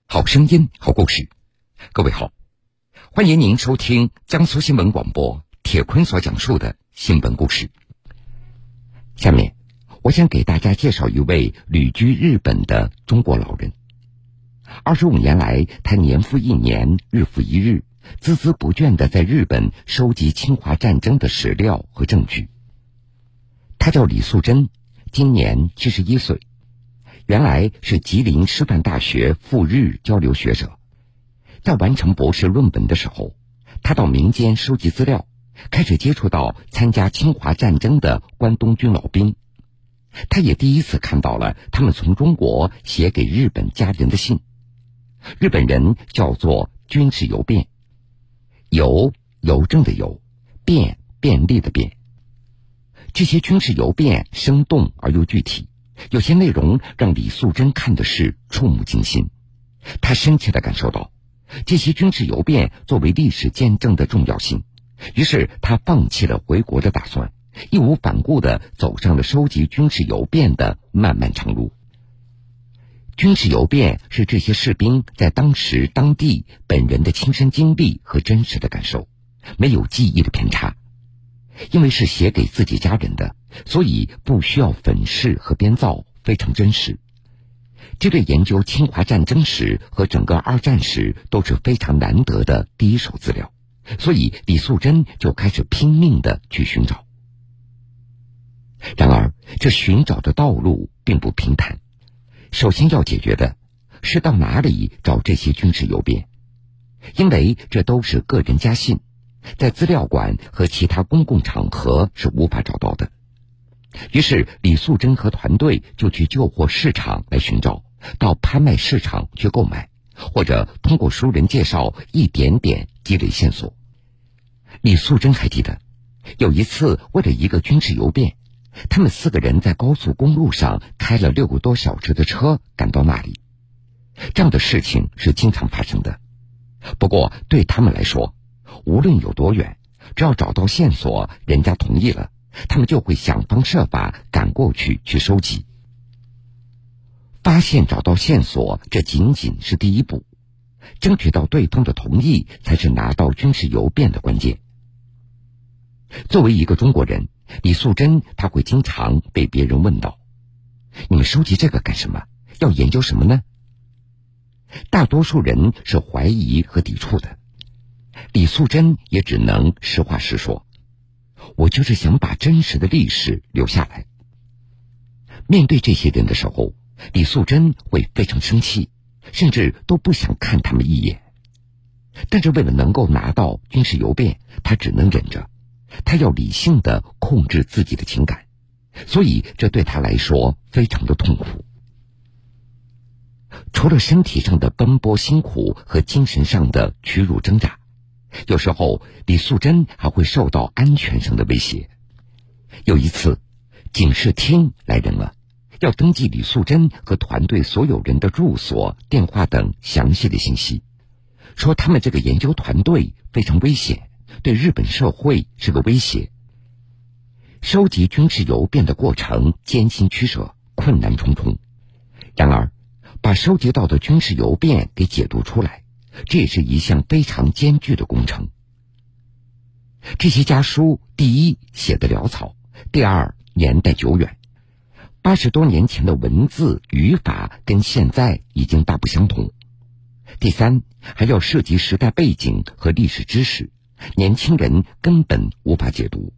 好声音，好故事。各位好，欢迎您收听江苏新闻广播铁坤所讲述的新闻故事。下面我想给大家介绍一位旅居日本的中国老人。25年来，他年复一年，日复一日，孜孜不倦地在日本收集侵华战争的史料和证据。他叫李素贞，今年71岁，原来是吉林师范大学赴日交流学者。在完成博士论文的时候，他到民间收集资料，开始接触到参加侵华战争的关东军老兵。他也第一次看到了他们从中国写给日本家人的信。日本人叫做军事邮便，邮政的邮，便利的便。这些军事邮便生动而又具体，有些内容让李素贞看的是触目惊心。他深切地感受到这些军事邮便作为历史见证的重要性，于是他放弃了回国的打算，义无反顾地走上了收集军事邮便的漫漫长路。军事邮便是这些士兵在当时当地本人的亲身经历和真实的感受，没有记忆的偏差。因为是写给自己家人的，所以不需要粉饰和编造，非常真实。这对研究侵华战争史和整个二战史都是非常难得的第一手资料，所以李素贞就开始拼命地去寻找。然而这寻找的道路并不平坦，首先要解决的是到哪里找这些军事邮便，因为这都是个人家信，在资料馆和其他公共场合是无法找到的。于是李素贞和团队就去旧货市场来寻找，到拍卖市场去购买，或者通过熟人介绍一点点积累线索。李素贞还记得有一次，为了一个军事邮便，他们4个人在高速公路上开了6个多小时的车赶到那里。这样的事情是经常发生的，不过对他们来说，无论有多远，只要找到线索，人家同意了，他们就会想方设法赶过去收集。发现找到线索，这仅仅是第一步，争取到对方的同意才是拿到军事邮便的关键。作为一个中国人，李素贞他会经常被别人问到，你们收集这个干什么？要研究什么呢？大多数人是怀疑和抵触的，李素贞也只能实话实说，我就是想把真实的历史留下来。面对这些人的时候，李素贞会非常生气，甚至都不想看他们一眼。但是为了能够拿到军事邮便，他只能忍着，他要理性地控制自己的情感，所以这对他来说非常的痛苦。除了身体上的奔波辛苦和精神上的屈辱挣扎，有时候李素贞还会受到安全上的威胁。有一次，警视厅来人了，要登记李素贞和团队所有人的住所、电话等详细的信息，说他们这个研究团队非常危险，对日本社会是个威胁。收集军事邮便的过程艰辛曲折，困难重重。然而把收集到的军事邮便给解读出来，这也是一项非常艰巨的工程。这些家书，第一写得潦草，第二年代久远，80多年前的文字语法跟现在已经大不相同，第三还要涉及时代背景和历史知识，年轻人根本无法解读。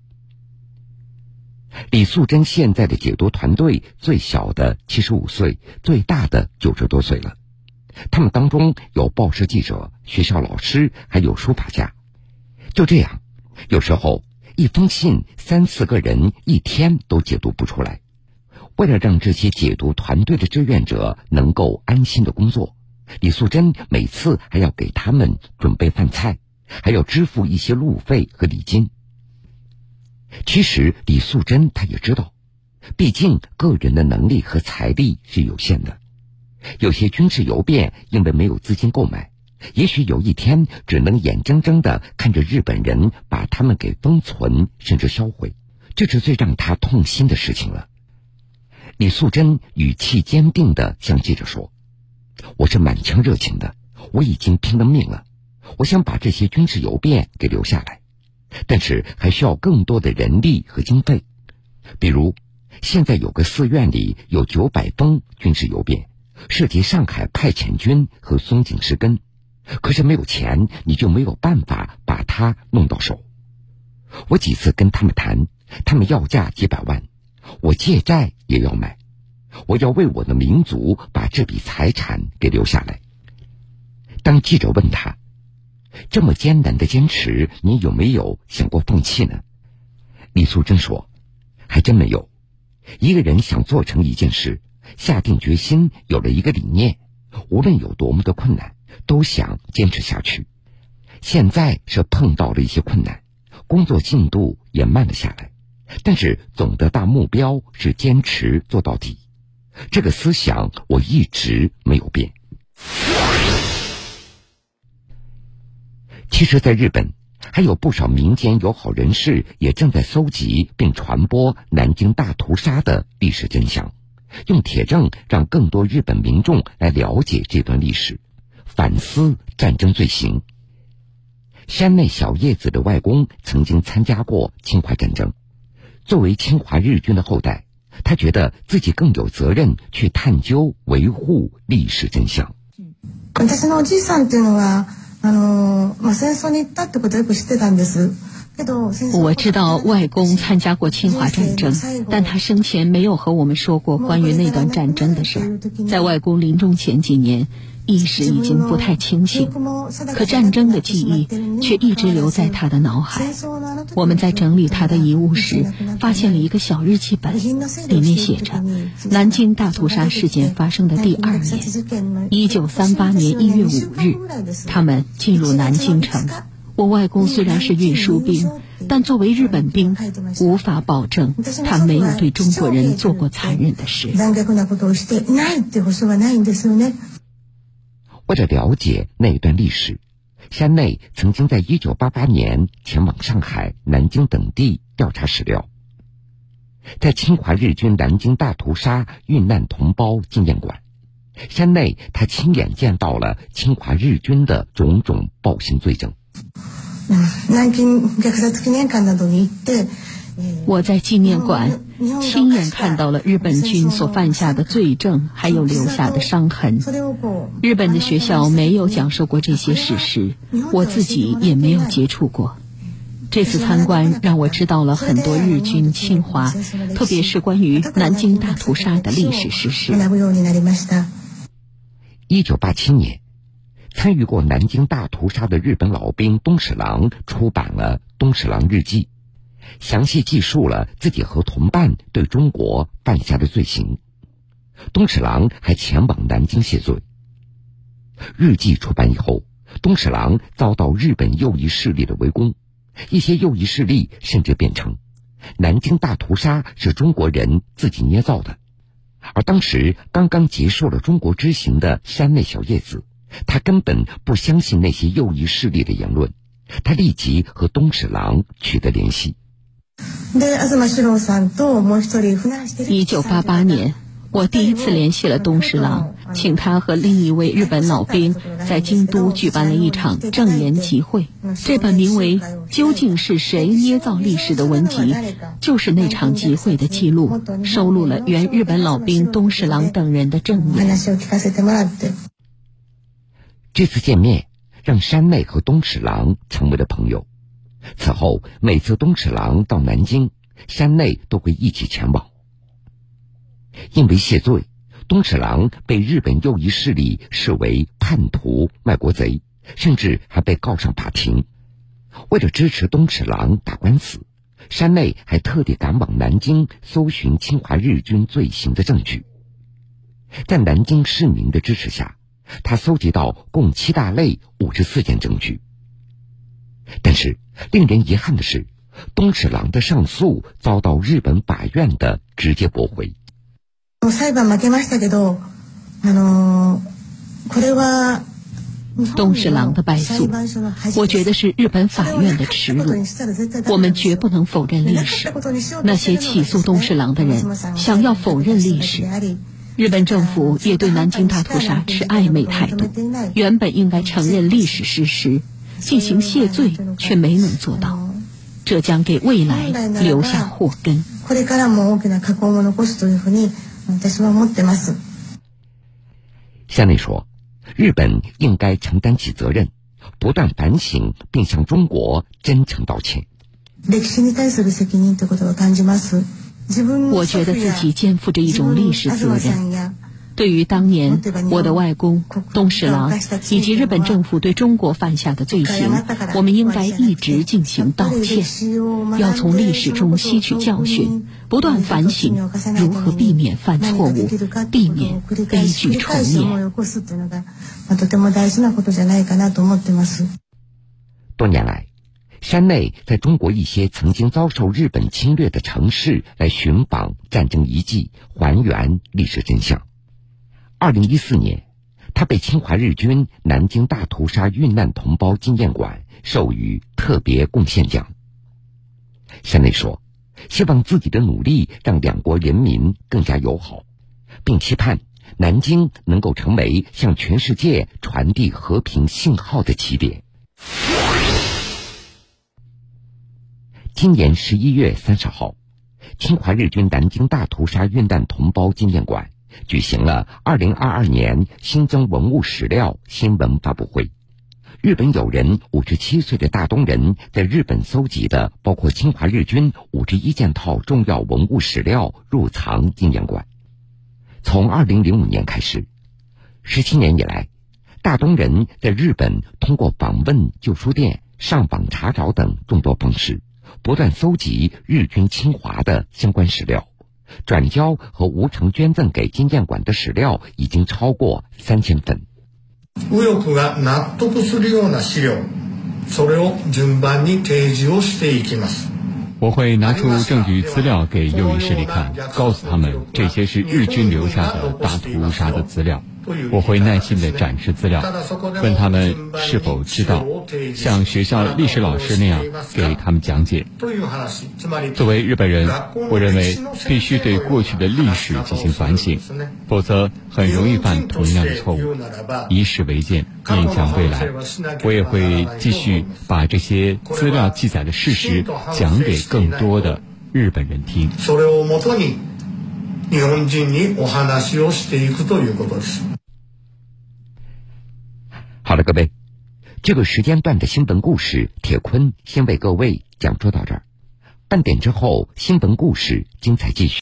李素贞现在的解读团队，最小的75岁，最大的90多岁了。他们当中有报社记者、学校老师，还有书法家。就这样，有时候一封信3、4个人一天都解读不出来。为了让这些解读团队的志愿者能够安心的工作，李素贞每次还要给他们准备饭菜，还要支付一些路费和礼金。其实李素贞她也知道，毕竟个人的能力和财力是有限的，有些军事邮便因为没有资金购买，也许有一天只能眼睁睁地看着日本人把他们给封存甚至销毁，这是最让他痛心的事情了。李素贞语气坚定地向记者说， 我是满腔热情的，我已经拼了命了，我想把这些军事邮变给留下来，但是还需要更多的人力和经费。比如现在有个寺院里有900封军事邮变，涉及上海派遣军和松井石根，可是没有钱，你就没有办法把它弄到手。我几次跟他们谈，他们要价几百万，我借债也要买，我要为我的民族把这笔财产给留下来。当记者问他，这么艰难的坚持，你有没有想过放弃呢？李素贞说，还真没有。一个人想做成一件事，下定决心，有了一个理念，无论有多么的困难，都想坚持下去。现在是碰到了一些困难，工作进度也慢了下来，但是总的大目标是坚持做到底。这个思想我一直没有变。其实在日本还有不少民间友好人士也正在搜集并传播南京大屠杀的历史真相，用铁证让更多日本民众来了解这段历史，反思战争罪行。山内小叶子的外公曾经参加过侵华战争，作为侵华日军的后代，他觉得自己更有责任去探究维护历史真相。 私のおじいさんっていうのは戦争に行ったってことよく知ってたんです。 我知道外公参加过侵华战争，但他生前没有和我们说过关于那段战争的事儿。在外公临终前几年，意识已经不太清醒，可战争的记忆却一直留在他的脑海。我们在整理他的遗物时，发现了一个小日记本，里面写着南京大屠杀事件发生的第2年，1938年1月5日，他们进入南京城。我外公虽然是运输兵，但作为日本兵，无法保证他没有对中国人做过残忍的事。 为了了解那段历史，山内曾经在1988年前往上海、南京等地调查史料。在侵华日军南京大屠杀遇难同胞纪念馆，山内他亲眼见到了侵华日军的种种暴行罪证。 我在纪念馆亲眼看到了日本军所犯下的罪证，还有留下的伤痕。日本的学校没有讲授过这些事实，我自己也没有接触过。这次参观让我知道了很多日军侵华，特别是关于南京大屠杀的历史事实。 1987年，参与过南京大屠杀的日本老兵东史郎出版了《东史郎日记》，详细记述了自己和同伴对中国犯下的罪行。东史郎还前往南京谢罪。日记出版以后，东史郎遭到日本右翼势力的围攻，一些右翼势力甚至辩称南京大屠杀是中国人自己捏造的。而当时刚刚结束了中国之行的山内小叶子，他根本不相信那些右翼势力的言论，他立即和东史郎取得联系。 1988年，我第一次联系了东史郎，请他和另一位日本老兵在京都举办了一场证言集会。这本名为《究竟是谁捏造历史》的文集，就是那场集会的记录，收录了原日本老兵东史郎等人的证言。 这次见面让山内和东史郎成为了朋友。此后每次东史郎到南京，山内都会一起前往。因为谢罪，东史郎被日本右翼势力视为叛徒、卖国贼，甚至还被告上法庭。为了支持东史郎打官司，山内还特地赶往南京搜寻侵华日军罪行的证据。在南京市民的支持下，他搜集到共7大类54件证据。但是令人遗憾的是，东史郎的上诉遭到日本法院的直接驳回。 东史郎的败诉，我觉得是日本法院的耻辱。我们绝不能否认历史。那些起诉东史郎的人想要否认历史， 日本政府也对南京大屠杀持暧昧态度，原本应该承认历史事实，进行谢罪，却没能做到，这将给未来留下祸根。 向内说，日本应该承担起责任，不断反省，并向中国真诚道歉。 我觉得自己肩负着一种历史责任。对于当年我的外公东十郎以及日本政府对中国犯下的罪行，我们应该一直进行道歉，要从历史中吸取教训，不断反省如何避免犯错误，避免悲剧重演。 多年来，山内在中国一些曾经遭受日本侵略的城市来寻访战争遗迹，还原历史真相。2014年，他被侵华日军南京大屠杀遇难同胞纪念馆授予特别贡献奖。山内说，希望自己的努力让两国人民更加友好，并期盼南京能够成为向全世界传递和平信号的起点。今年11月30号，侵华日军南京大屠杀遇难同胞纪念馆举行了2022年新增文物史料新闻发布会。日本友人57岁的大东人在日本搜集的包括侵华日军51件套重要文物史料入藏纪念馆。从2005年开始，17年以来，大东人在日本通过访问旧书店、上网查找等众多方式，不断搜集日军侵华的相关史料，转交和无偿捐赠给纪念馆的史料已经超过3000份。 右翼が納得するような資料、それを順番に提示をしていきます。 我会拿出证据资料给右翼势力看，告诉他们这些是日军留下的大屠杀的资料。我会耐心地展示资料，问他们是否知道，像学校历史老师那样给他们讲解。作为日本人，我认为必须对过去的历史进行反省，否则很容易犯同样的错误。以史为鉴，面向未来，我也会继续把这些资料记载的事实讲给更多的日本人听。 それをもとに日本人にお話をしていくということです。 好了，各位，这个时间段的新闻故事，铁坤先为各位讲述到这儿。半点之后，新闻故事精彩继续。